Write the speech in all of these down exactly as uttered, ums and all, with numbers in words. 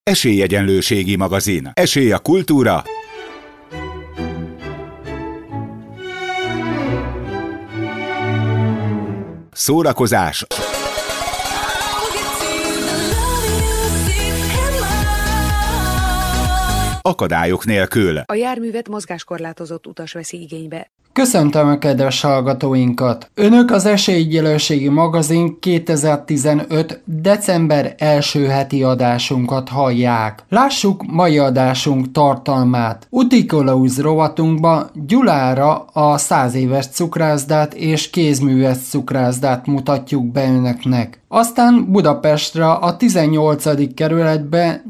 Esélyegyenlőségi magazin. Esély a kultúra. Szórakozás. Akadályok nélkül. A járművet mozgáskorlátozott utas veszi igénybe. Köszöntöm a kedves hallgatóinkat! Önök az Esélyegyenlőségi magazin kétezer-tizenöt. december első heti adásunkat hallják. Lássuk mai adásunk tartalmát. Utikolauz rovatunkban Gyulára a száz éves cukrászdát és kézműves cukrászdát mutatjuk be önöknek. Aztán Budapestre a tizennyolcadik kerületbe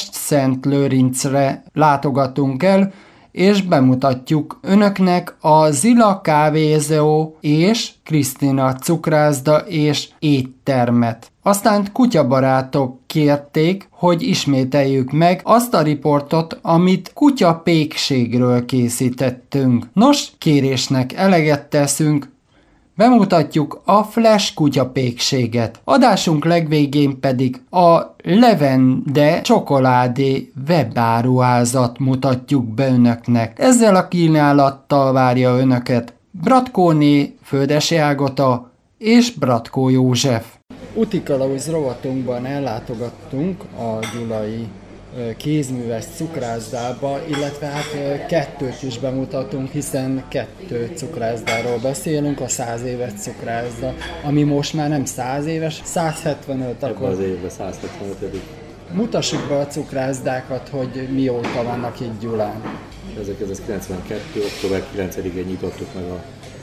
Pest-Szent-Lőrincre látogatunk el, és bemutatjuk önöknek a Zila kávézó és Krisztina cukrászda és éttermet. Aztán kutyabarátok kérték, hogy ismételjük meg azt a riportot, amit kutyapékségről készítettünk. Nos, kérésnek eleget teszünk, bemutatjuk a Flash kutyapékséget. Adásunk legvégén pedig a Levende csokoládé webáruházat mutatjuk be önöknek. Ezzel a kínálattal várja önöket Bratkóné Földesi Ágota és Bratkó József. Utikalauz rovatunkban ellátogattunk a gyulai kézműves cukrászdába, illetve hát kettőt is bemutatunk, hiszen kettő cukrászdáról beszélünk, a száz éves cukrászda, ami most már nem száz éves, száz hetvenöt. Ebben akkor az évben száz hetvenöt. Mutassuk be a cukrászdákat, hogy mióta vannak itt Gyulán. ezerkilencszázkilencvenkettő. október kilencedikén nyitottuk meg a,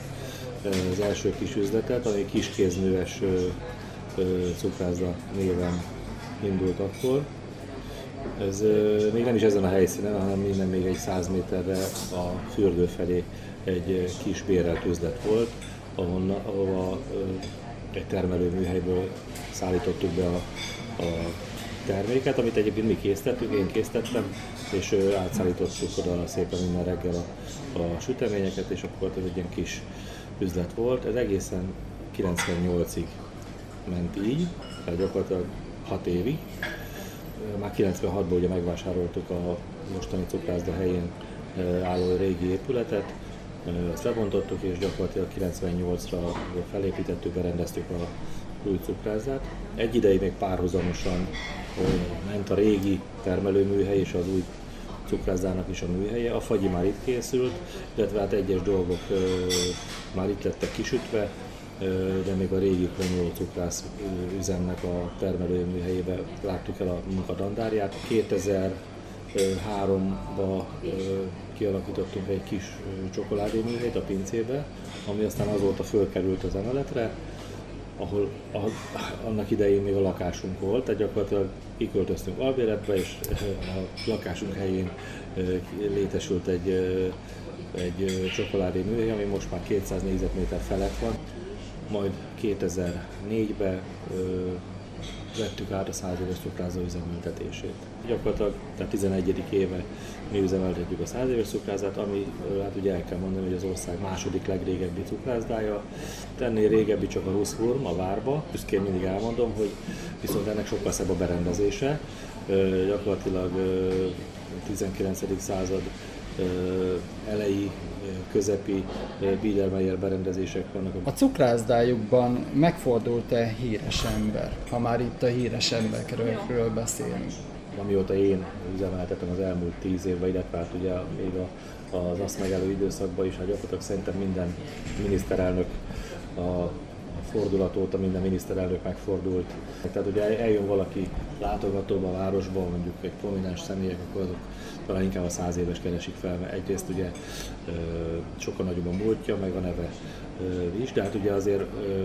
az első kis üzletet, ami kis kézműves cukrászda néven indult akkor. Ez euh, még nem is ezen a helyszínen, hanem minden még egy száz méterre a fürdő felé egy kis bérelt üzlet volt, ahol, ahova uh, egy termelőműhelyből szállítottuk be a, a terméket, amit egyébként mi készítettük, én készítettem, és uh, átszállítottuk oda szépen minden reggel a, a süteményeket, és akkor ez egy ilyen kis üzlet volt. Ez egészen kilencvennyolcig ment így, tehát gyakorlatilag hat évig. Már kilencvenhatban ugye megvásároltuk a mostani cukrászda helyén álló régi épületet, ezt lebontottuk, és gyakorlatilag kilencvennyolcra felépítettük, berendeztük a új cukrászdát. Egy ideig még párhuzamosan ment a régi termelőműhely és az új cukrászdának is a műhelye. A fagyi már itt készült, illetve hát egyes dolgok már itt lettek kisütve, de még a régi Kronyó cukrász üzemnek a termelőműhelyébe láttuk el a munkadandárját. kétezer-háromban kialakítottunk egy kis csokoládéműhelyt a pincébe, ami aztán azóta fölkerült az emeletre, ahol a, annak idején még a lakásunk volt, tehát gyakorlatilag kiköltöztünk albéletbe, és a lakásunk helyén létesült egy, egy csokoládéműhely, ami most már kétszáz négyzetméter felett van. Majd kétezer-négyben ö, vettük át a száz éves cukrászda üzemeltetését. Gyakorlatilag tehát tizenegyedik éve mi üzemeltetjük a száz éves cukrászdát, ami hát ugye el kell mondani, hogy az ország második legrégebbi cukrászdája. Ennél régebbi csak a Ruszwurm a Várba. Büszkén mindig elmondom, hogy viszont ennek sokkal szebb a berendezése. Ö, gyakorlatilag ö, tizenkilencedik század ö, elejé, közepi Biedermeier berendezések vannak. A cukrászdájukban megfordult-e híres ember, ha már itt a híres emberekről beszélünk? Amióta én üzemeltetem az elmúlt tíz évben, illetve hát ugye még a, az azt megelő időszakban is, hát gyakorlatilag szerintem minden miniszterelnök a fordulat óta minden miniszterelnök megfordult. Tehát ugye eljön valaki látogatóba, a városba, mondjuk egy prominens személyek, akkor azok talán inkább a száz éves keresik fel, mert egyrészt ugye sokkal nagyobb a múltja, meg a neve is, de hát ugye azért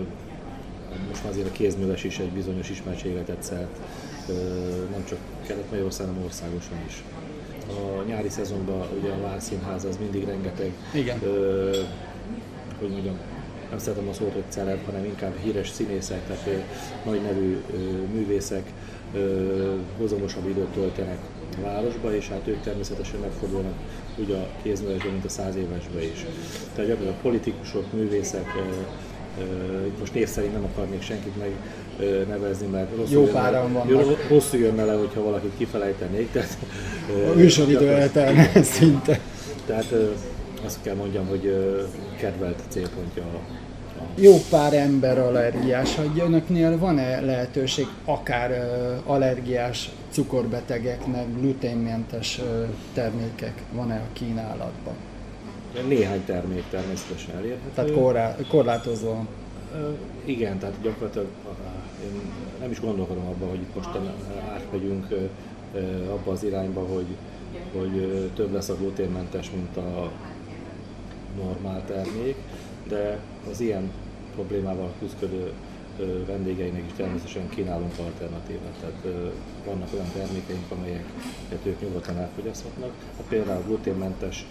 most már azért a kézműves is egy bizonyos ismertséget tetszett, nem csak Kelet-Magyarországon, hanem országosan is. A nyári szezonban ugye a Várszínház az mindig rengeteg, igen. Ö, hogy mondjam, nem szeretem a szót, hogy celeb, hanem inkább híres színészek, tehát ö, nagy nevű ö, művészek ö, hozamosabb időt töltenek a városba, és hát ők természetesen megfordulnak úgy a kézművesbe, mint a száz évesbe is. Tehát gyakorlatilag politikusok, művészek, ö, most név szerint nem akarnék senkit megnevezni, mert rosszul, jön, rosszul jönne le, hogyha valakit kifelejtenék. Tehát, a műsoridő eltelne szinte. Tehát azt kell mondjam, hogy kedvelt célpontja a jó pár ember allergiás, hogy önöknél van-e lehetőség akár uh, allergiás cukorbetegeknek gluténmentes uh, termékek van-e a kínálatban? Néhány termék természetesen elérhető. Tehát korrá, korlátozóan? Uh, igen, tehát gyakorlatilag uh, én nem is gondolkodom abban, hogy itt most átmegyünk uh, uh, abba az irányba, hogy, hogy uh, több lesz a gluténmentes, mint a normál termék, de az ilyen problémával küzdő vendégeinek is természetesen kínálunk alternatívát. Tehát vannak olyan termékeink, amelyeket ők nyugodtan elfogyaszthatnak. Hát például a gluténmentes,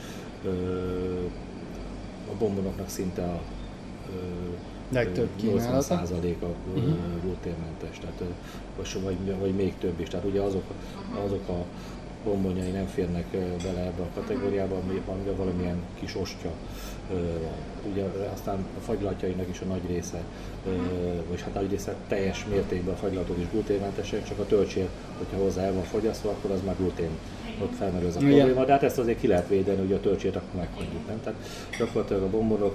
a bombonoknak szinte a legtöbb nyolcvan százalék a gluténmentes, tehát, vagy, vagy még több is. Tehát ugye azok, azok a bombonjai nem férnek bele ebbe a kategóriába, amiben valamilyen kis ostya van. Ugye aztán a fagylatjainak is a nagy része, vagy hát nagy része teljes mértékben a fagylatok is gluténmentesek, csak a töltsér, hogyha hozzá el van fogyasztva, akkor az már glutén, ott felmerül ez a probléma, de hát ezt azért ki lehet védeni, hogy a töltsért akkor meghagyjuk, nem? Tehát gyakorlatilag a bombonok,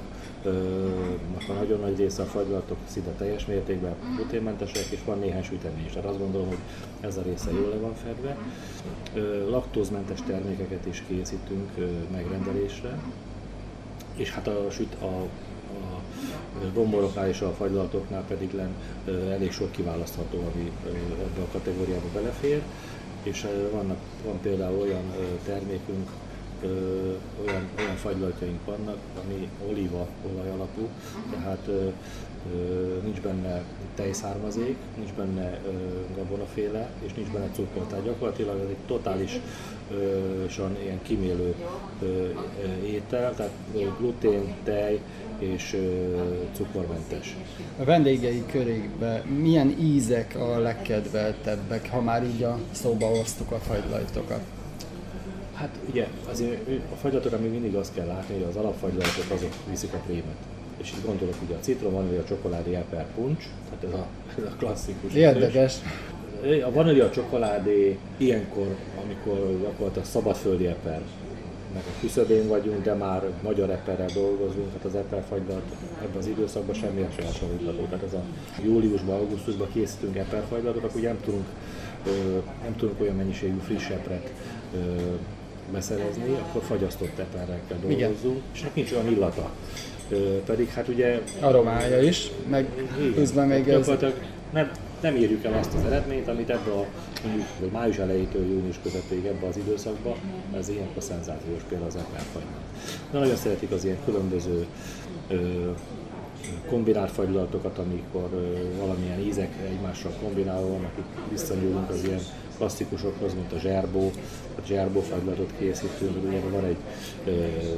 a nagyon nagy része a fagylatok szinte teljes mértékben gluténmentesek, és van néhány sütemény is. Tehát azt gondolom, hogy ez a része jól le van fedve. Laktózmentes termékeket is készítünk megrendelésre, és hát a, süt, a, a bombonoknál és a fagylatoknál pedig len elég sok kiválasztható, ami ebbe a kategóriába belefér, és vannak, van például olyan termékünk, Ö, olyan, olyan fagylaltjaink vannak, ami olívaolaj alapú, tehát ö, ö, nincs benne tejszármazék, nincs benne ö, gabonaféle, és nincs benne cukor. Tehát gyakorlatilag ez egy totálisan ilyen kimélő ö, étel, tehát glutén, tej és ö, cukormentes. A vendégei körében milyen ízek a legkedveltebbek, ha már így a szóba hoztuk a fagylaltokat? Hát ugye azért a fagylatokra még mindig azt kell látni, hogy az alapfagylatok azok viszik a krémet. És itt gondolok ugye a citrom, vanília, csokoládé, eper, puncs, tehát ez a, ez a klasszikus. Érdekes. A vanília, csokoládé ilyenkor, amikor gyakorlatilag szabadföldi epernek a küszöbén vagyunk, de már magyar eperrel dolgozunk, tehát az eperfagylat ebben az időszakban semmilyen sem hasonlítható. Tehát ez a júliusban, augusztusban készítünk eperfagylatot, akkor ugye nem tudunk, nem tudunk olyan mennyiségű friss epret beszerezni, akkor fagyasztott eperrel kell dolgozzunk, és nek nincs olyan illata. Ö, pedig hát ugye... aromája is, meg közben még ez... Nem, nem érjük el azt az eredményt, amit ebbe a mondjuk május elejétől június közepéig ebbe az időszakban, ez ilyenkor szenzációs például az eperfagylat. De nagyon szeretik az ilyen különböző ö, kombinált fagylatokat, amikor ö, valamilyen ízek egymással kombinálva vannak, itt visszanyúlunk az ilyen klasszikusokhoz, mint a zserbó, a zserbó fagylatot készítünk, ugye van egy, ö,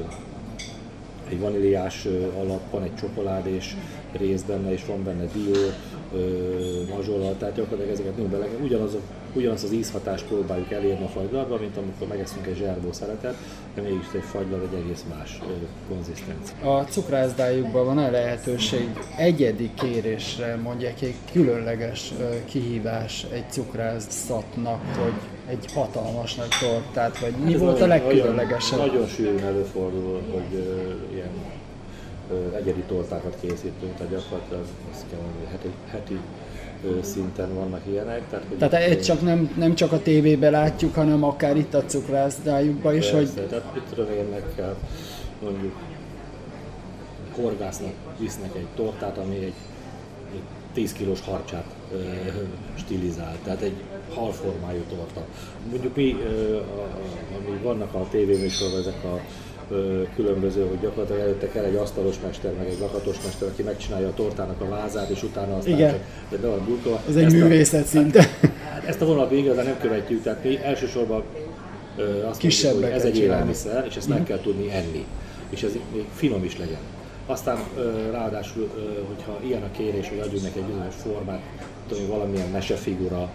egy vaníliás alap, van egy csokoládés rész benne, és van benne dió, mazsola, tehát gyakorlatilag ezeket nem bele, ugyanaz, ugyanaz az ízhatást próbáljuk elérni a fagylatban, mint amikor megeszünk egy zserbó szeretet, de mégis egy fagylat egy egész más konzisztencia. A cukrászdájukban van-e lehetőség egyedi kérésre, mondják egy különleges kihívás egy cukrászatnak, hogy egy hatalmas nagy tortát, vagy mi hát volt a legkülönlegesebb? Nagyon, nagyon sűrűn előfordul, hogy uh, ilyen uh, egyedi tortákat készítünk, tehát gyakorlatilag azt kell mondani, heti, heti uh, szinten vannak ilyenek. Tehát, tehát itt csak nem, nem csak a tévében látjuk, hanem akár itt a cukrászdájukban is, persze, hogy... tehát itt rövényekkel mondjuk horgásznak visznek egy tortát, ami egy, egy tíz kilós harcsát uh, stilizál, tehát egy halformájú torta. Mondjuk mi, uh, ami vannak a tévéműsorban, ezek a uh, különböző, hogy gyakorlatilag előtte kell egy asztalos mester, meg egy lakatos mester, aki megcsinálja a tortának a vázát, és utána aztán igen. csak be van burkolva. Ez egy művészet szinte. Hát, ezt a vonalat igazán nem követjük, tehát mi elsősorban uh, azt mondjuk, hogy ez egy élelmiszer, és ezt meg kell tudni enni, és ez még finom is legyen. Aztán ráadásul, hogyha ilyen a kérés, hogy adjunk neki egy bizonyos formát, tudom, valamilyen mesefigura,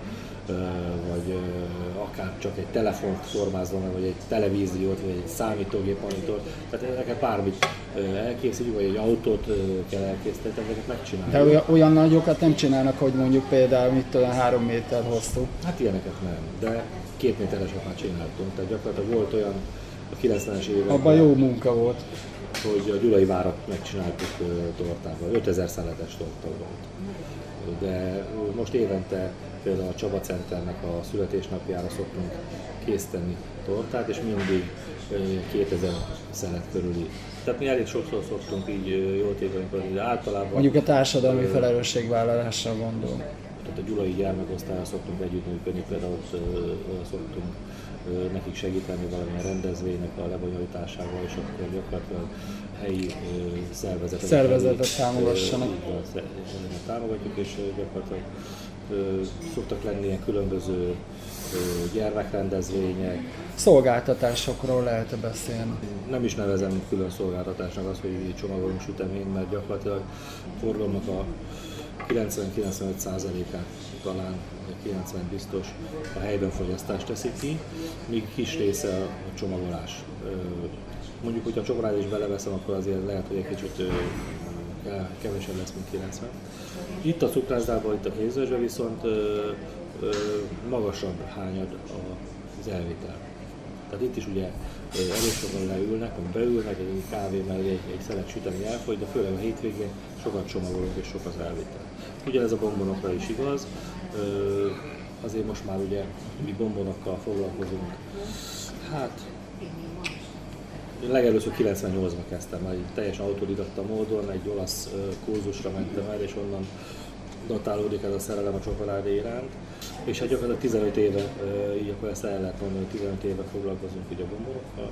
vagy akár csak egy telefont formázva meg, vagy egy televíziót, vagy egy számítógép monitor, tehát ezeket bármit elkészítjük, vagy egy autót kell elkészíteni, ezeket megcsináljuk. De olyan, olyan nagyokat nem csinálnak, hogy mondjuk például mit tudom, három méter hosszú? Hát ilyeneket nem, de két métereset már csináltunk, tehát gyakorlatilag volt olyan a kilencvenes években. Abban jó munka volt. Hogy a Gyulai várat megcsináltuk tortával, ötezer szeletes torta volt. De most évente például a Csaba Centernek a születésnapjára szoktunk készíteni tortát, és mindig kétezer szelet körüli. Tehát mi elég sokszor szoktunk így jól tételni, de általában... Mondjuk a társadalmi felelősségvállalással gondolom. Tehát a Gyulai gyermekosztályra szoktunk együttműködni, például ott szoktunk nekik segíteni valamilyen rendezvénynek a lebonyolításával, és akkor gyakorlatilag helyi szervezetet, szervezetet támogassanak. Támogatjuk, és gyakorlatilag szoktak lenni ilyen különböző gyermekrendezvények. Szolgáltatásokról lehet beszélni? Nem is nevezem külön szolgáltatásnak azt, hogy csomagolunk süteményt, mert gyakorlatilag forgalomnak a kilencven-kilencvenöt százalékát talán, kilencven biztos a helyben fogyasztást teszi ki, míg kis része a csomagolás. Mondjuk, hogyha a csomagolás is beleveszem, akkor azért lehet, hogy egy kicsit kevesebb lesz, mint kilencven. Itt a cukrászdában, itt a kézvesben viszont magasabb hányad az elvétel. Tehát itt is ugye elég sokan leülnek, vagy beülnek, egy kávé mellé egy, egy szelet sütemény elfogy, de főleg a hétvégén sokat csomagolunk és sok az elvétel. Ugyanez a bombonokra is igaz, azért most már ugye mi bombonokkal foglalkozunk. Hát legelőször kilencvennyolcban kezdtem, már teljesen autodidakta módon, egy olasz kurzusra mentem el, és onnan datálódik ez a szerelem a csokoládé iránt. És hát gyakorlatilag tizenöt éve, így akkor ezt el lehet mondani, hogy tizenöt éve foglalkozunk így a bombonokkal.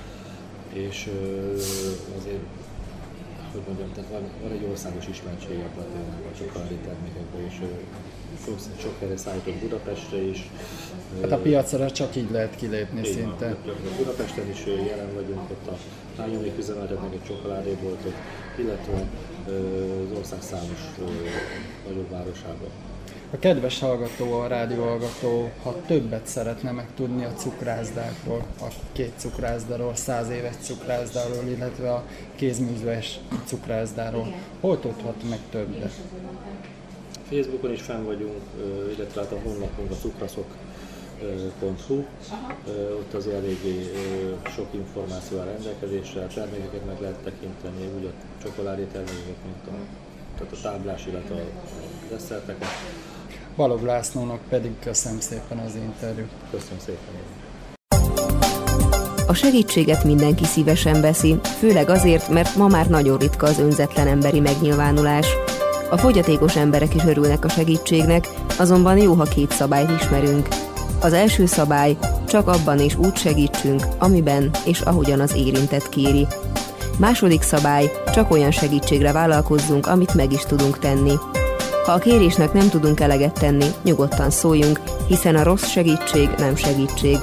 És azért, hogy mondjam, tehát van, van egy országos ismertség a a csokoládé termékekben, és sok, sok helyre szállított Budapestre is. Hát a piacra csak így lehet kilépni így szinte. Van, Budapesten is jelen vagyunk, ott a lányomék üzemeltetnek egy csokoládéboltot, illetve az ország számos nagyobb városában. A kedves hallgató, a rádióhallgató, ha többet szeretne megtudni a cukrászdákról, a két cukrászdáról, száz éves cukrászdáról, illetve a kézműves cukrászdáról, hol tudhat meg többet? Facebookon is fenn vagyunk, illetve hát a honlapunk a cukraszok pont hu. Ott az eléggé sok információ áll rendelkezésre, a termékeket meg lehet tekinteni, úgy a csokoládé termékeket, mint a, tehát a táblás, illetve a desszerteket. Balogh Lászlónak pedig köszönöm szépen az interjút. Köszönöm szépen. A segítséget mindenki szívesen veszi, főleg azért, mert ma már nagyon ritka az önzetlen emberi megnyilvánulás. A fogyatékos emberek is örülnek a segítségnek, azonban jó, ha két szabályt ismerünk. Az első szabály, csak abban és úgy segítsünk, amiben és ahogyan az érintett kéri. Második szabály, csak olyan segítségre vállalkozzunk, amit meg is tudunk tenni. Ha a kérésnek nem tudunk eleget tenni, nyugodtan szóljunk, hiszen a rossz segítség nem segítség.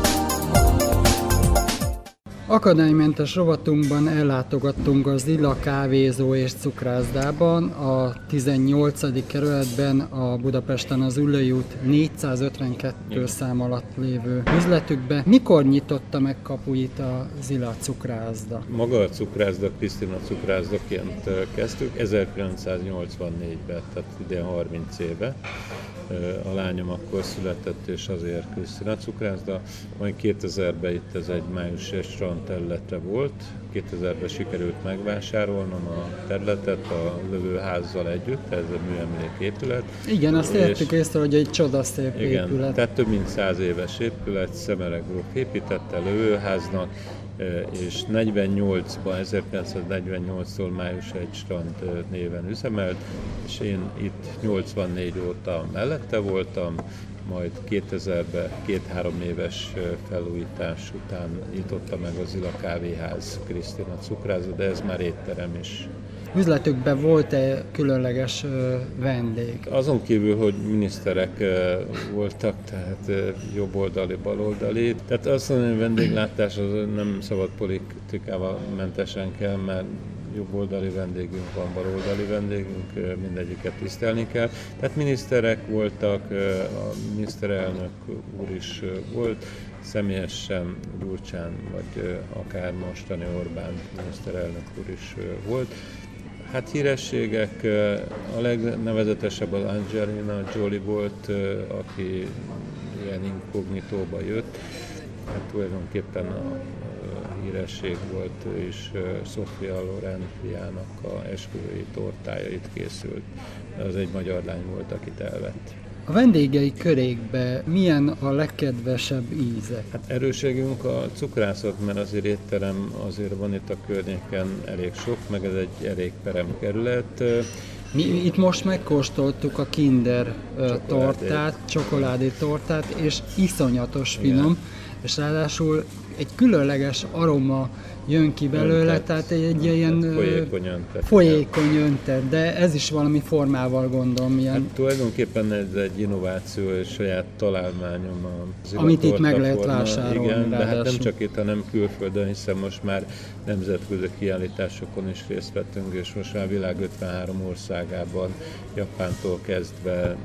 Akadálymentes rovatunkban ellátogattunk az Lila kávézó és cukrászdában, a tizennyolcadik kerületben, a Budapesten az Üllői út négyszázötvenkettő szám alatt lévő üzletükbe. Mikor nyitotta meg kapuit a Lila cukrászda? Maga a cukrászda, Krisztina cukrászdaként kezdtük ezerkilencszáznyolcvannégyben, tehát idén harminc éve. A lányom akkor született, és azért Krisztina cukrászda. Majd kétezerben itt ez egy májusi strand területe volt. kétezerben sikerült megvásárolnom a területet a lövőházzal együtt, ez a műemléképület. Igen, azt értük észre, hogy egy csodaszép igen, épület. Tehát több mint száz éves épület, Szemerek gróf építette lövőháznak, és negyvennyolcban, ezerkilencszáznegyvennyolctól május egy strand néven üzemelt, és én itt nyolcvannégy óta mellette voltam, majd kétezerben két-három éves felújítás után nyitotta meg az Lila kávéház Krisztina cukrászda, de ez már étterem is. Üzletükben volt-e különleges ö, vendég? Azon kívül, hogy miniszterek ö, voltak, tehát jobboldali, baloldali. Tehát azt mondani, hogy vendéglátás az nem szabad politikával mentesen kell, mert jobboldali vendégünk van, baloldali vendégünk, mindegyiket tisztelni kell. Tehát miniszterek voltak, a miniszterelnök úr is volt, személyesen Gyurcsány, vagy akár mostani Orbán miniszterelnök úr is volt. Hát hírességek, a legnevezetesebb az Angelina Jolie volt, aki ilyen inkognitóba jött. Hát tulajdonképpen a híresség volt, ő is Sofia Loren fiának a esküvői tortája itt készült. Az egy magyar lány volt, akit elvett. A vendégei körékbe milyen a legkedvesebb íze? Hát erőségünk a cukrászat, mert azért étterem azért van itt a környéken elég sok, meg ez egy elég perem kerület. Mi itt most megkóstoltuk a Kinder Csokoládé. tortát, csokoládé tortát, és iszonyatos finom, igen. És ráadásul egy különleges aroma jön ki belőle, öntet. Tehát egy, egy ilyen folyékony öntet. Folyékony öntet, de ez is valami formával gondolom. Ilyen. Hát tulajdonképpen ez egy innováció és saját találmányom az amit itt meg lehet vásárolni. Igen, de hát nem csak itt, hanem külföldön, hiszen most már nemzetközi kiállításokon is részt vettünk, és most már a világ ötvenhárom országában, Japántól kezdve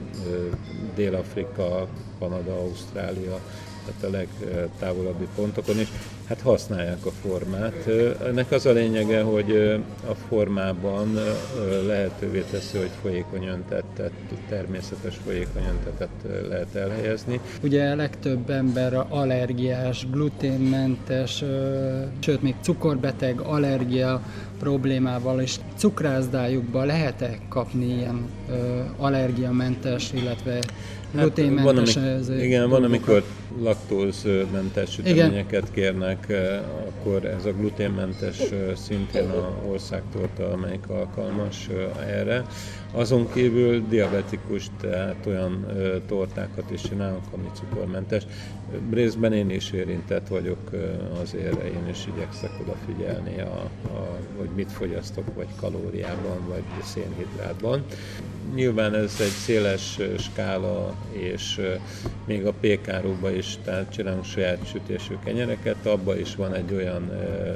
Dél-Afrika, Kanada, Ausztrália, tehát a legtávolabbi pontokon is, hát használják a formát. Ennek az a lényege, hogy a formában lehetővé teszi, hogy folyékony öntetet, természetes folyékony öntetet lehet elhelyezni. Ugye a legtöbb ember allergiás, gluténmentes, sőt még cukorbeteg, allergia problémával, és cukrászdájukban lehet-e kapni ilyen allergiamentes, illetve gluténmentes? Hát van, igen, van, amikor laktózmentes süteményeket kérnek, akkor ez a gluténmentes szintén a országtorta, amelyik alkalmas erre. Azon kívül diabetikus, tehát olyan tortákat is csinálunk, ami cukormentes. Részben én is érintett vagyok, azért én is igyekszek odafigyelni, a, a, hogy mit fogyasztok, vagy kalóriában, vagy szénhidrátban. Nyilván ez egy széles skála, és még a pékárúba is, tehát csinálunk saját sütésű kenyereket, abban is van egy olyan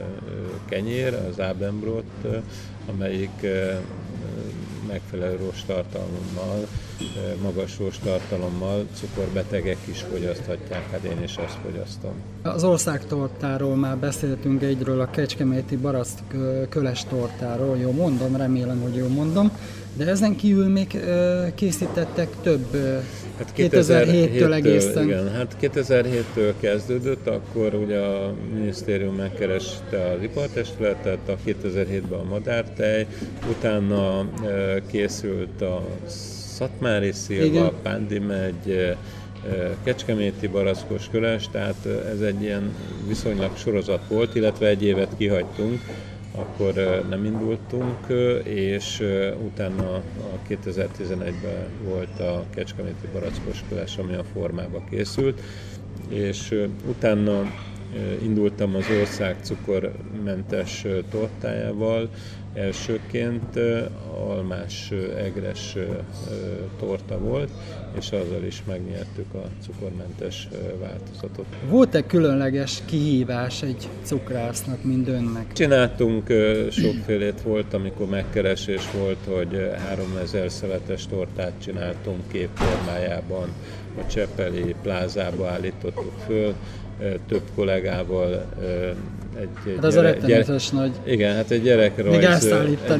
kenyér, az Abendbrot, amelyik megfelelő rosttartalommal, magas rosttartalommal cukorbetegek is fogyaszthatják, hát én is ezt fogyasztom. Az országtortáról már beszéltünk, egyről a kecskeméti barack köles tortáról, jó mondom, remélem, hogy jól mondom, de ezen kívül még készítettek több hát kétezer-héttől egészen. Igen, hát kétezer-héttől kezdődött, akkor ugye a minisztérium megkereste az ipartestületet, a kétezer-hétben a madártej, utána készült a Szatmári Szilva, Pándi megy, kecskeméti barackos köles, tehát ez egy ilyen viszonylag sorozat volt, illetve egy évet kihagytunk, akkor nem indultunk, és utána a kétezer-tizenegyben volt a kecskeméti barackos köles, ami a formába készült, és utána indultam az ország cukormentes tortájával, elsőként almás egres torta volt, és azzal is megnyertük a cukormentes változatot. Volt-e különleges kihívás egy cukrásznak, mint önnek? Csináltunk sokfélét, volt, amikor megkeresés volt, hogy háromezer szeletes tortát csináltunk képformájában, a Csepeli plázába állítottuk föl, több kollégával egy, egy hát az gyere, a rettenetes gyere, nagy. Igen, hát egy gyerekrajz, egy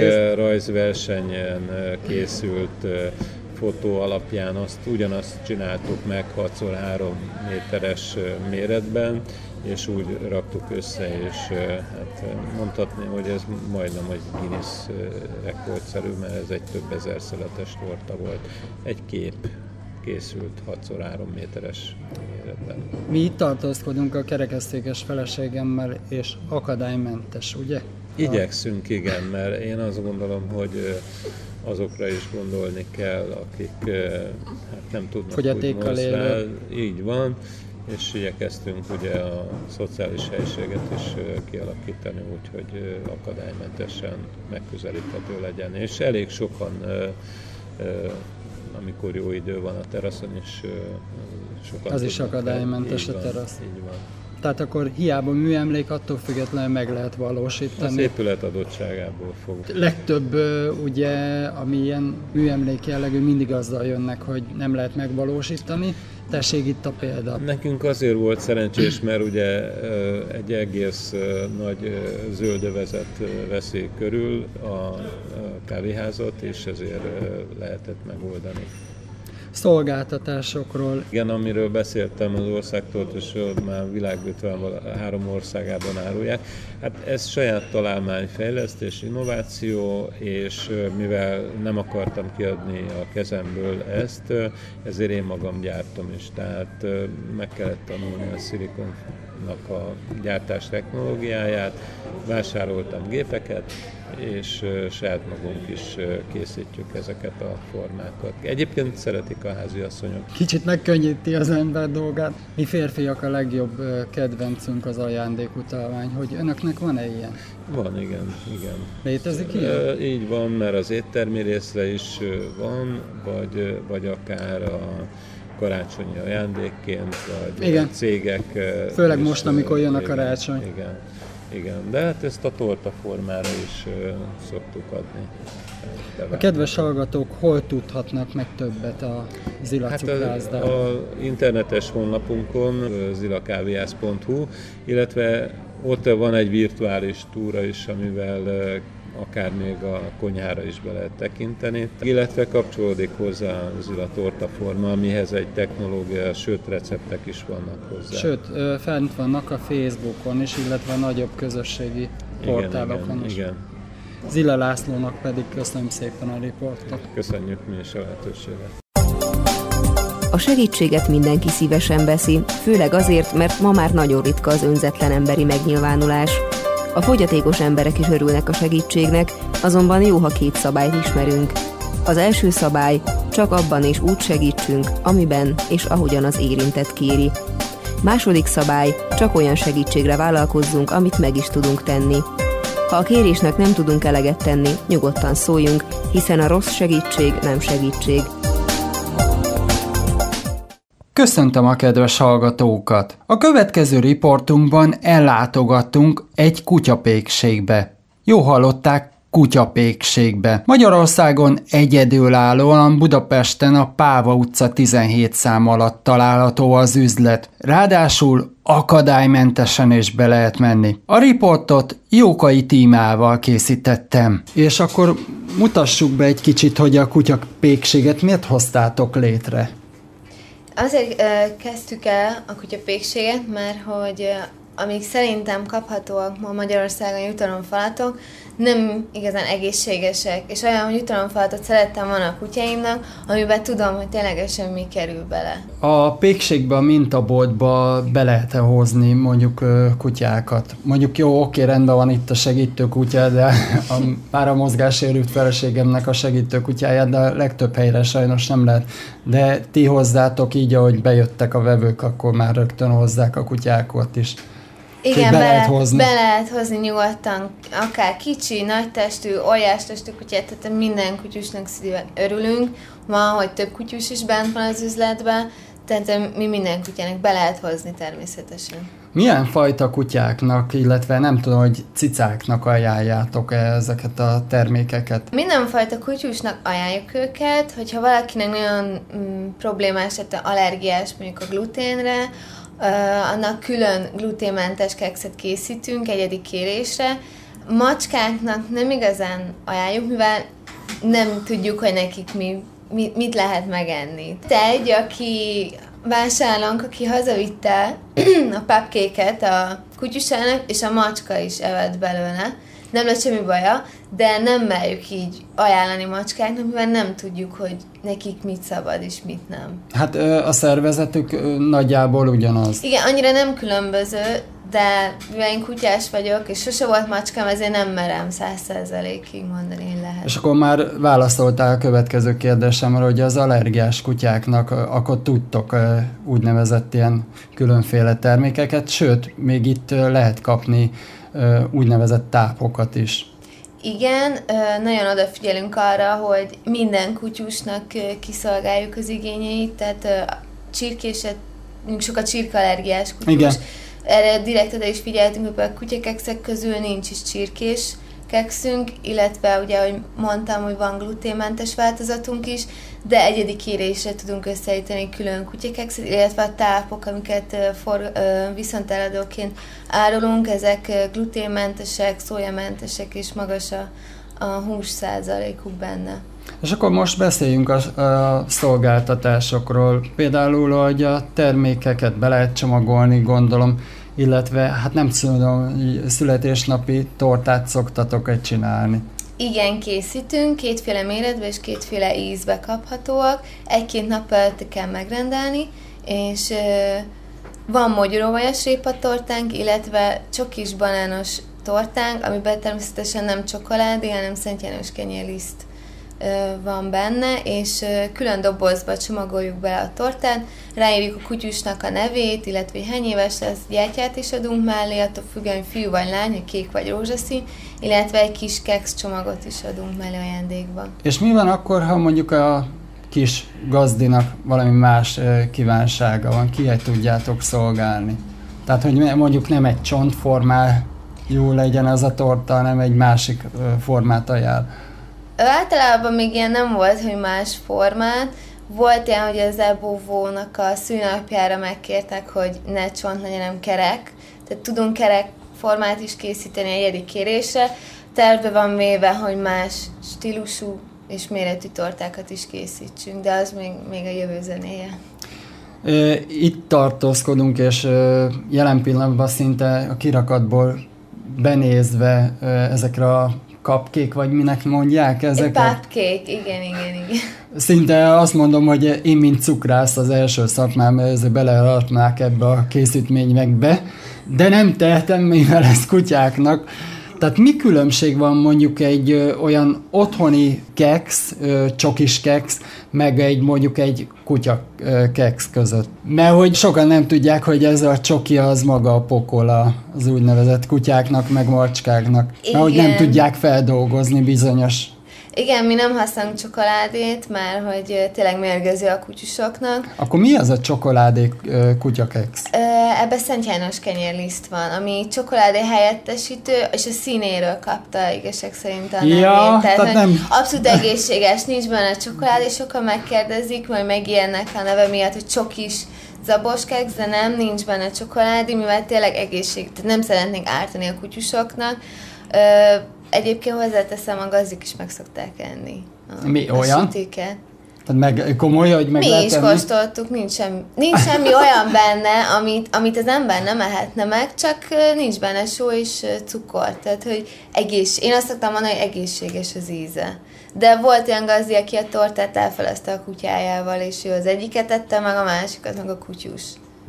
gyerekrajzversenyen készült fotó alapján azt ugyanazt csináltuk meg hat három méteres méretben, és úgy raktuk össze, és hát mondhatni, hogy ez majdnem egy Guinness rekordszerű, mert ez egy több ezer szeletes torta volt. Egy kép készült hat három méteres méretben. Mi itt tartózkodunk a kerekesztékes feleségemmel, és akadálymentes, ugye? Igyekszünk, igen, mert én azt gondolom, hogy azokra is gondolni kell, akik hát nem tudnak fogyatékkal élő. Így van, és igyekeztünk ugye a szociális helyiséget is kialakítani úgy, hogy akadálymentesen megközelíthető legyen, és elég sokan, amikor jó idő van a teraszon is, sokan az is akadálymentes a van, terasz. Így van. Tehát akkor hiába műemlék, attól függetlenül meg lehet valósítani. Az épület adottságából fog. Legtöbb ugye, ami ilyen műemlék jellegű, mindig azzal jönnek, hogy nem lehet megvalósítani. Tessék itt a példa. Nekünk azért volt szerencsés, mert ugye egy egész nagy zöldövezet veszi körül a kávéházat, és ezért lehetett megoldani. Szolgáltatásokról. Igen, amiről beszéltem az országtól, és már világ ötvenhárom országában árulják. Hát ez saját találmányfejlesztés, innováció, és mivel nem akartam kiadni a kezemből ezt, ezért én magam gyártom is. Tehát meg kellett tanulni a szilikonnak a gyártás technológiáját, vásároltam gépeket, és saját magunk is készítjük ezeket a formákat. Egyébként szeretik a háziasszonyok. Kicsit megkönnyíti az ember dolgát. Mi férfiak a legjobb kedvencünk az ajándékutalvány, hogy önöknek van-e ilyen? Van, igen, igen. Létezik ilyen? Így van, mert az éttermi részre is van, vagy, vagy akár a karácsonyi ajándékként, vagy igen. A cégek. Főleg most, amikor jön a karácsony. Igen. Igen, de hát ezt a torta formára is uh, szoktuk adni. A kedves hallgatók hol tudhatnak meg többet a Zila hát cukrászdáról? A, a internetes honlapunkon zilakávéház pont hu, illetve ott van egy virtuális túra is, amivel uh, akár még a konyhára is be lehet tekinteni, illetve kapcsolódik hozzá a Zila tortaforma, amihez egy technológia, sőt receptek is vannak hozzá. Sőt, fent vannak a Facebookon is, illetve a nagyobb közösségi portálokon igen, is. Igen. Zila Lászlónak pedig köszönöm szépen a riportot. Köszönjük mi is a lehetőséget. A segítséget mindenki szívesen veszi, főleg azért, mert ma már nagyon ritka az önzetlen emberi megnyilvánulás. A fogyatékos emberek is örülnek a segítségnek, azonban jó, ha két szabályt ismerünk. Az első szabály, csak abban és úgy segítsünk, amiben és ahogyan az érintett kéri. Második szabály, csak olyan segítségre vállalkozzunk, amit meg is tudunk tenni. Ha a kérésnek nem tudunk eleget tenni, nyugodtan szóljunk, hiszen a rossz segítség nem segítség. Köszöntöm a kedves hallgatókat! A következő riportunkban ellátogattunk egy kutyapékségbe. Jó hallották, kutyapékségbe. Magyarországon egyedülállóan Budapesten a Páva utca tizenhét szám alatt található az üzlet. Ráadásul akadálymentesen is be lehet menni. A riportot Jókai Tímával készítettem. És akkor mutassuk be egy kicsit, hogy a kutyapékséget miért hoztátok létre? Azért uh, kezdtük el a kutyapékséget, mert hogy uh, amíg szerintem kaphatóak ma Magyarországon jutalomfalatok, nem igazán egészségesek, és olyan jutalomfalatot szerettem volna a kutyáimnak, amiben tudom, hogy ténylegesen mi kerül bele. A pékségbe, a mintaboltba be lehet-e hozni mondjuk kutyákat? Mondjuk jó, oké, rendben van itt a segítő kutya, de a, már a mozgássérült feleségemnek a segítő kutyáját, de a legtöbb helyre sajnos nem lehet. De ti hozzátok így, ahogy bejöttek a vevők, akkor már rögtön hozzák a kutyákat is. Igen, be, be, lehet hozni. be lehet hozni nyugodtan, akár kicsi, nagy testű, óriás testű kutyát, tehát minden kutyusnak szívesen örülünk. Van, hogy több kutyus is bent van az üzletben, tehát mi minden kutyának be lehet hozni természetesen. Milyen fajta kutyáknak, illetve nem tudom, hogy cicáknak ajánljátok ezeket a termékeket? Mindenfajta kutyusnak ajánljuk őket, hogyha valakinek nagyon mm, problémás, tehát allergiás mondjuk a gluténre, Uh, annak külön gluténmentes kekszet készítünk egyedi kérésre. Macskáknak nem igazán ajánljuk, mivel nem tudjuk, hogy nekik mi, mi, mit lehet megenni. Te egy, aki vásárlónk, aki hazavitte a pupcake-et a kutyusának, és a macska is evett belőle. Nem lett semmi baja, de nem merjük így ajánlani macskáknak, mivel nem tudjuk, hogy nekik mit szabad és mit nem. Hát a szervezetük nagyjából ugyanaz. Igen, annyira nem különböző, de mivel én kutyás vagyok, és sose volt macskám, ezért nem merem száz százalékig mondani, hogy lehet. És akkor már válaszoltál a következő kérdésemre, hogy az allergiás kutyáknak akkor tudtok úgynevezett ilyen különféle termékeket, sőt, még itt lehet kapni úgynevezett tápokat is. Igen, nagyon odafigyelünk arra, hogy minden kutyusnak kiszolgáljuk az igényeit, tehát csirkéset, sok a csirkeallergiás kutyus, igen. Erre direkt oda is figyeltünk, hogy a kutyakekszek közül nincs is csirkés kekszünk, illetve ugye, ahogy mondtam, hogy van gluténmentes változatunk is, de egyedi kérésre tudunk összeállítani külön kutyakekszet, illetve a tápok, amiket for, viszonteladóként árulunk, ezek gluténmentesek, szójamentesek, és magas a, a hús százalékuk benne. És akkor most beszéljünk a, a szolgáltatásokról. Például, hogy a termékeket be lehet csomagolni, gondolom, illetve hát nem tudom, születésnapi tortát szoktatok-e csinálni? Igen, készítünk, kétféle méretben és kétféle ízbe kaphatóak. Egy-két nap előtt kell megrendelni, és ö, van mogyoróvajas répatortánk, illetve csokis banános tortánk, amiben természetesen nem csokoládé, hanem Szent János kenyérliszt van benne, és külön dobozba csomagoljuk bele a tortát, ráírjuk a kutyusnak a nevét, illetve hány éves lesz, gyertyát is adunk mellé, attól függően, hogy fiú vagy lány, kék vagy rózsaszín, illetve egy kis keksz csomagot is adunk mellé ajándékba. És mi van akkor, ha mondjuk a kis gazdinak valami más kívánsága van, kihez tudjátok szolgálni? Tehát, hogy mondjuk nem egy csontformájú legyen az a torta, hanem egy másik formát ajánl. Általában még ilyen nem volt, hogy más formát. Volt ilyen, hogy az Ebóvónak a szülinapjára megkértek, hogy ne csont legyen, hanem kerek. Tehát tudunk kerek formát is készíteni egyedi kérésre. Tervbe van véve, hogy más stílusú és méretű tortákat is készítsünk, de az még, még a jövő zenéje. Itt tartózkodunk, és jelen pillanatban szinte a kirakatból benézve ezekre a cupcake, vagy minek mondják ezeket? Egy cupcake, igen, igen, igen. Szinte azt mondom, hogy én, mint cukrász, az első szakmám, ezzel beleraknák ebbe a készítményekbe, de nem tehetem, mivel ez kutyáknak. Tehát mi különbség van mondjuk egy ö, olyan otthoni keksz, ö, csokis keksz, meg egy mondjuk egy kutya ö, keksz között? Mert hogy sokan nem tudják, hogy ez a csoki az maga a pokola az úgynevezett kutyáknak, meg macskáknak. Igen. Mert hogy nem tudják feldolgozni bizonyos. Igen, mi nem használunk csokoládét, mert hogy tényleg mérgező a kutyusoknak. Akkor mi az a csokoládé kutyakeksz? Ebben Szent János kenyérliszt van, ami csokoládé helyettesítő, és a színéről kapta igazság szerint a nevét. Ja, tehát, tehát nem... abszolút egészséges, nincs benne csokoládé, sokan megkérdezik, majd megijednek a neve miatt, hogy csokis zabos keksz, de nem, nincs benne csokoládé, mivel tényleg egészség, tehát nem szeretnénk ártani a kutyusoknak. Egyébként hozzáteszem, a gazdik is meg szokták enni. A, Mi a olyan? sütiket. Tehát meg komoly, hogy meg Mi lehet is enni? kóstoltuk, nincs semmi, nincs semmi olyan benne, amit, amit az ember nem ehetne meg, csak nincs benne só és cukor. Tehát, hogy egész, én azt szoktam mondani, hogy egészséges az íze. De volt olyan gazdi, aki a tortát elfelezte a kutyájával, és ő az egyiket ette, meg a másikat, meg a kutyus.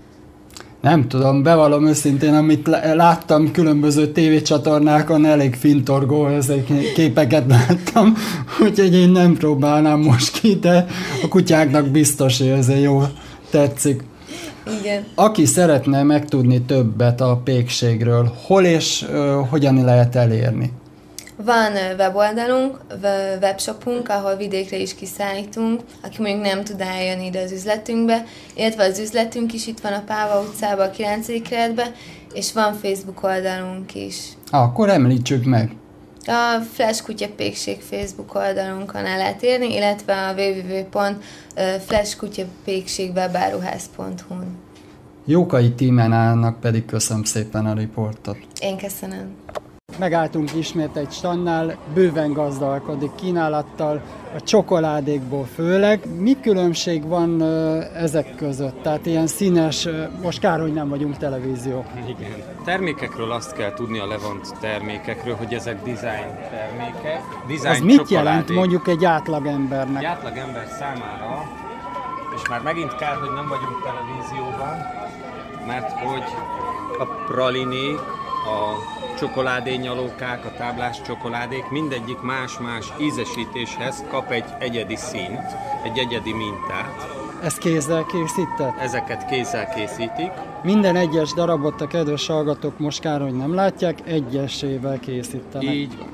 Nem tudom, bevallom őszintén, amit láttam különböző tévécsatornákon, elég fintorgó ezek képeket láttam, úgyhogy én nem próbálnám most ki, de a kutyáknak biztos, hogy ez jó tetszik. Igen. Aki szeretne megtudni többet a pékségről, hol és uh, hogyan lehet elérni? Van weboldalunk, webshopunk, ahol vidékre is kiszállítunk, aki mondjuk nem tud eljönni ide az üzletünkbe, illetve az üzletünk is itt van a Páva utcában, a kilencedik kerületben, és van Facebook oldalunk is. Ah, akkor említsük meg. A Flash Kutya Pékség Facebook oldalunkon el lehet érni, illetve a double-u double-u double-u pont flash kutya pékség webáruház pont hu-n. Jókai Tímenának pedig köszönöm szépen a riportot. Én köszönöm. Megálltunk ismét egy standnál, bőven gazdálkodik kínálattal, a csokoládékból főleg. Mi különbség van uh, ezek között? Tehát ilyen színes, uh, most kár, hogy nem vagyunk televízió. Igen. Termékekről azt kell tudni, a Levant termékekről, hogy ezek design termékek. Design Az mit csokoládék. jelent mondjuk egy átlagembernek? Egy átlagember számára, és már megint kár, hogy nem vagyunk televízióban, mert hogy a pralinék, a csokoládényalókák, a táblás csokoládék, mindegyik más-más ízesítéshez kap egy egyedi színt, egy egyedi mintát. Ezt kézzel készített? Ezeket kézzel készítik. Minden egyes darabot a kedves hallgatók most kár, hogy nem látják, egyesével készítenek. Így van.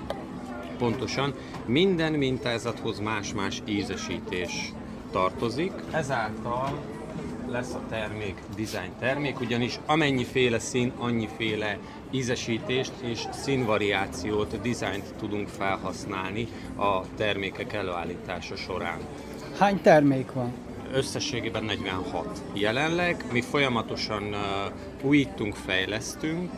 Pontosan. Minden mintázathoz más-más ízesítés tartozik. Ezáltal lesz a termék design termék, ugyanis amennyiféle szín, annyiféle ízesítést és színvariációt, dizájnt tudunk felhasználni a termékek előállítása során. Hány termék van? Összességében negyvenhat. Jelenleg mi folyamatosan uh, újítunk, fejlesztünk,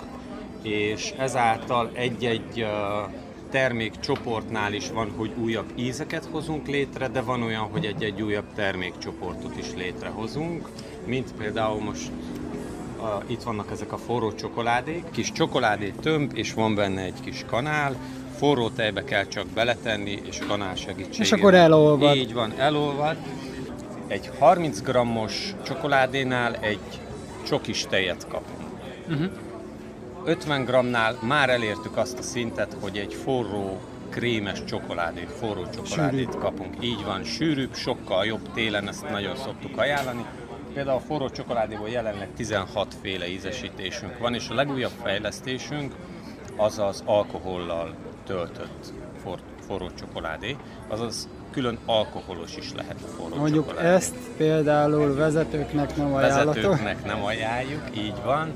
és ezáltal egy-egy uh, termékcsoportnál is van, hogy újabb ízeket hozunk létre, de van olyan, hogy egy-egy újabb termékcsoportot is létrehozunk, mint például most uh, itt vannak ezek a forró csokoládék, kis csokoládé tömb, és van benne egy kis kanál, forró tejbe kell csak beletenni, és kanál segítségével. És akkor elolvad. Így van, elolvad. Egy harminc grammos csokoládénál egy csokis tejet kapunk. Uh-huh. ötven grammnál már elértük azt a szintet, hogy egy forró, krémes csokoládét, forró csokoládét sűrűbb. kapunk. Így van, sűrűbb, sokkal jobb télen, ezt nagyon szoktuk ajánlani. Például a forró csokoládéból jelenleg tizenhat féle ízesítésünk van, és a legújabb fejlesztésünk az az alkohollal töltött for, forró csokoládé, azaz külön alkoholos is lehet a forró Mondjuk csokoládé. ezt például vezetőknek nem ajánlatok? Vezetőknek nem ajánljuk, így van,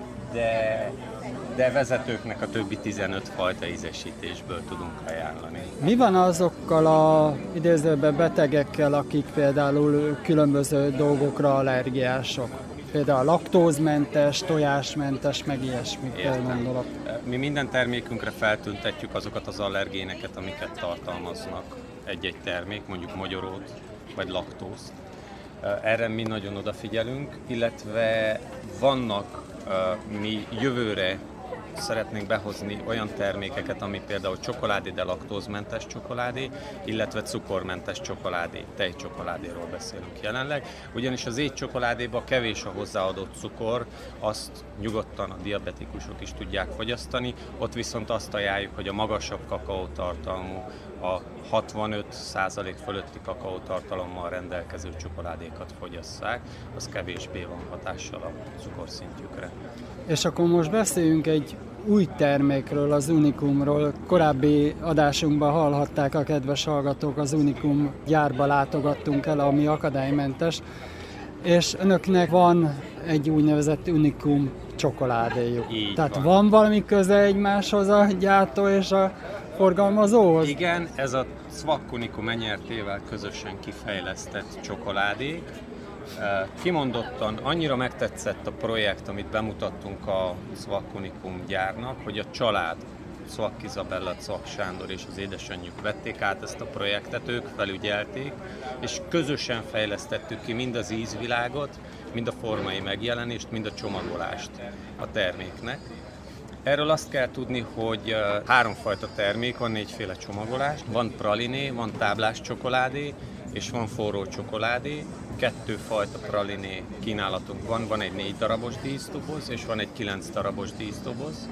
de, de vezetőknek a többi tizenöt fajta ízesítésből tudunk ajánlani. Mi van azokkal a idézőben betegekkel, akik például különböző dolgokra allergiások? Például laktózmentes, tojásmentes, meg ilyesmikkel gondolok. Mi minden termékünkre feltüntetjük azokat az allergéneket, amiket tartalmaznak egy-egy termék, mondjuk mogyorót vagy laktózt. Erre mi nagyon odafigyelünk, illetve vannak, mi jövőre szeretnénk behozni olyan termékeket, ami például csokoládé, de laktózmentes csokoládé, illetve cukormentes csokoládé, tejcsokoládéról beszélünk jelenleg. Ugyanis az étcsokoládéban kevés a hozzáadott cukor, azt nyugodtan a diabetikusok is tudják fogyasztani, ott viszont azt ajánljuk, hogy a magasabb kakaótartalmú, a hatvanöt százalék fölötti kakaótartalommal rendelkező csokoládékat fogyasszák, az kevésbé van hatással a cukorszintjükre. És akkor most beszéljünk egy új termékről, az Unicumról. Korábbi adásunkban hallhatták a kedves hallgatók, az Unicum gyárba látogattunk el, ami akadálymentes, és önöknek van egy úgynevezett Unicum csokoládéjuk. Így Tehát van. van valami köze egymáshoz a gyártó és a forgalmazóhoz? Igen, ez a Cvak Unicum enyertével közösen kifejlesztett csokoládék. Kimondottan annyira megtetszett a projekt, amit bemutattunk a Cvak Unicum gyárnak, hogy a család, Cvak Izabella, Cvak Sándor és az édesanyjuk vették át ezt a projektet, ők felügyelték, és közösen fejlesztettük ki mind az ízvilágot, mind a formai megjelenést, mind a csomagolást a terméknek. Erről azt kell tudni, hogy háromfajta termék, van négyféle csomagolás, van praliné, van táblás csokoládé, és van forró csokoládé. Kettőfajta praliné kínálatunk van, van egy négy darabos díszdoboz, és van egy kilenc darabos díszdoboz.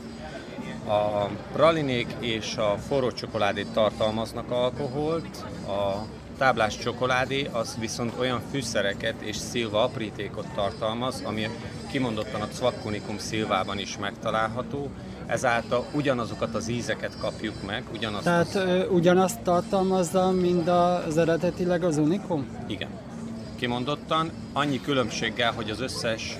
A pralinék és a forró csokoládét tartalmaznak alkoholt, a táblás csokoládé az viszont olyan fűszereket és szilva aprítékot tartalmaz, ami kimondottan a Cvak Unicum szilvában is megtalálható, ezáltal ugyanazokat az ízeket kapjuk meg, ugyanazt Tehát az... ö, ugyanazt tartalmazza, mint az eredetileg az Unicum? Igen. Kimondottan, annyi különbséggel, hogy az összes uh,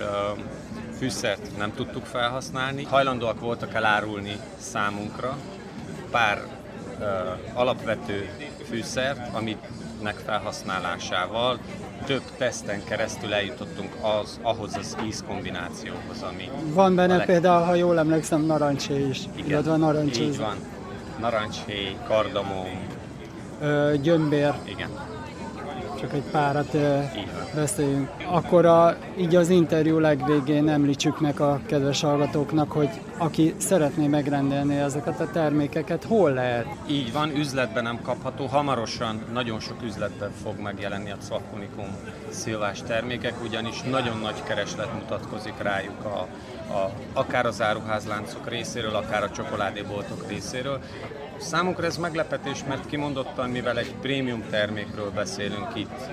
fűszert nem tudtuk felhasználni. Hajlandóak voltak elárulni számunkra pár uh, alapvető fűszert, aminek felhasználásával több teszten keresztül eljutottunk az, ahhoz az ízkombinációhoz, ami... Van benne leg... például, ha jól emlékszem, narancsé is. Igen, illetve narancsé. így van. Narancshéj, kardamom. Ö, gyömbér. Igen. Csak egy párat ö, beszéljünk. Akkor a, így az interjú legvégén említsük meg a kedves hallgatóknak, hogy aki szeretné megrendelni ezeket a termékeket, hol lehet? Így van, üzletben nem kapható. Hamarosan nagyon sok üzletben fog megjelenni a Cvak Unicum szilvás termékek, ugyanis nagyon nagy kereslet mutatkozik rájuk a, a, akár az áruházláncok részéről, akár a csokoládéboltok részéről. Számunkra ez meglepetés, mert kimondottan, mivel egy prémium termékről beszélünk itt,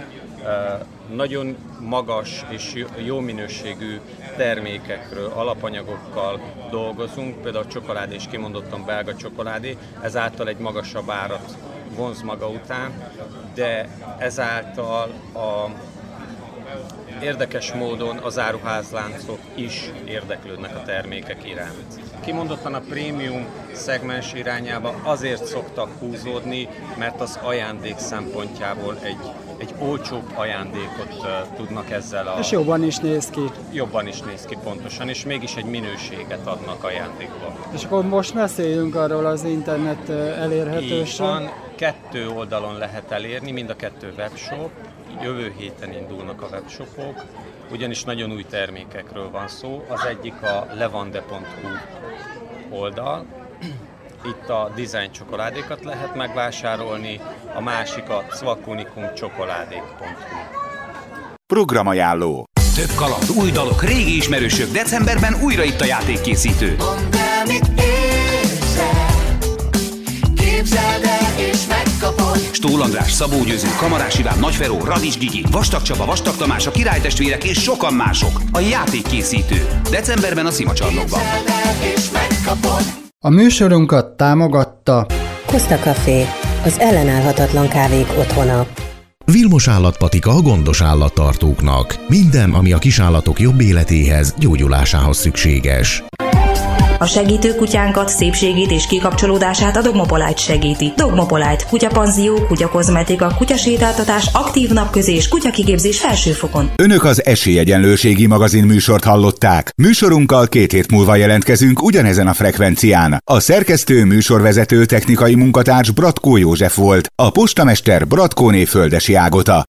nagyon magas és jó minőségű termékekről, alapanyagokkal dolgozunk, például a csokoládé és kimondottan belga csokoládé, ezáltal egy magasabb árat vonz maga után, de ezáltal a érdekes módon az áruházláncok is érdeklődnek a termékek iránt. Kimondottan a prémium szegmens irányába azért szoktak húzódni, mert az ajándék szempontjából egy, egy olcsóbb ajándékot uh, tudnak ezzel a... És jobban is néz ki. Jobban is néz ki pontosan, és mégis egy minőséget adnak ajándékba. És akkor most beszéljünk arról az internet elérhetőségről. Így van, kettő oldalon lehet elérni, mind a kettő webshop. Jövő héten indulnak a webshopok, ugyanis nagyon új termékekről van szó. Az egyik a levande pont hu oldal. Itt a design csokoládékat lehet megvásárolni, a másik a Cvakunikum csokoládék pont hu. Programajánló. Több kaland, új dalok, régi ismerősök, decemberben újra itt a játékkészítő. Mondd el, mit érzel, képzeld el és megkapod. Stól András, Szabó Győző, Kamarás Iván, Nagy Feró, Radics Gigi, Vastag Csaba, Vastag Tamás, a Királytestvérek és sokan mások. A játékkészítő. Decemberben a Szimacsarnokban. Képzeld el és megkapod. A műsorunkat támogatta Costa Café, az ellenállhatatlan kávék otthona. Vilmos állatpatika a gondos állattartóknak. Minden, ami a kisállatok jobb életéhez, gyógyulásához szükséges. A segítő kutyánkat, szépségét és kikapcsolódását a Dogmopolite segíti. Dogmopolite, kutyapanzió, kutyakozmetika, kutyasétáltatás, aktív napközés, kutyakigépzés felsőfokon. Önök az Esélyegyenlőségi magazin műsort hallották. Műsorunkkal két hét múlva jelentkezünk ugyanezen a frekvencián. A szerkesztő, műsorvezető, technikai munkatárs Bratkó József volt, a postamester Bratkóné Földesi Ágota.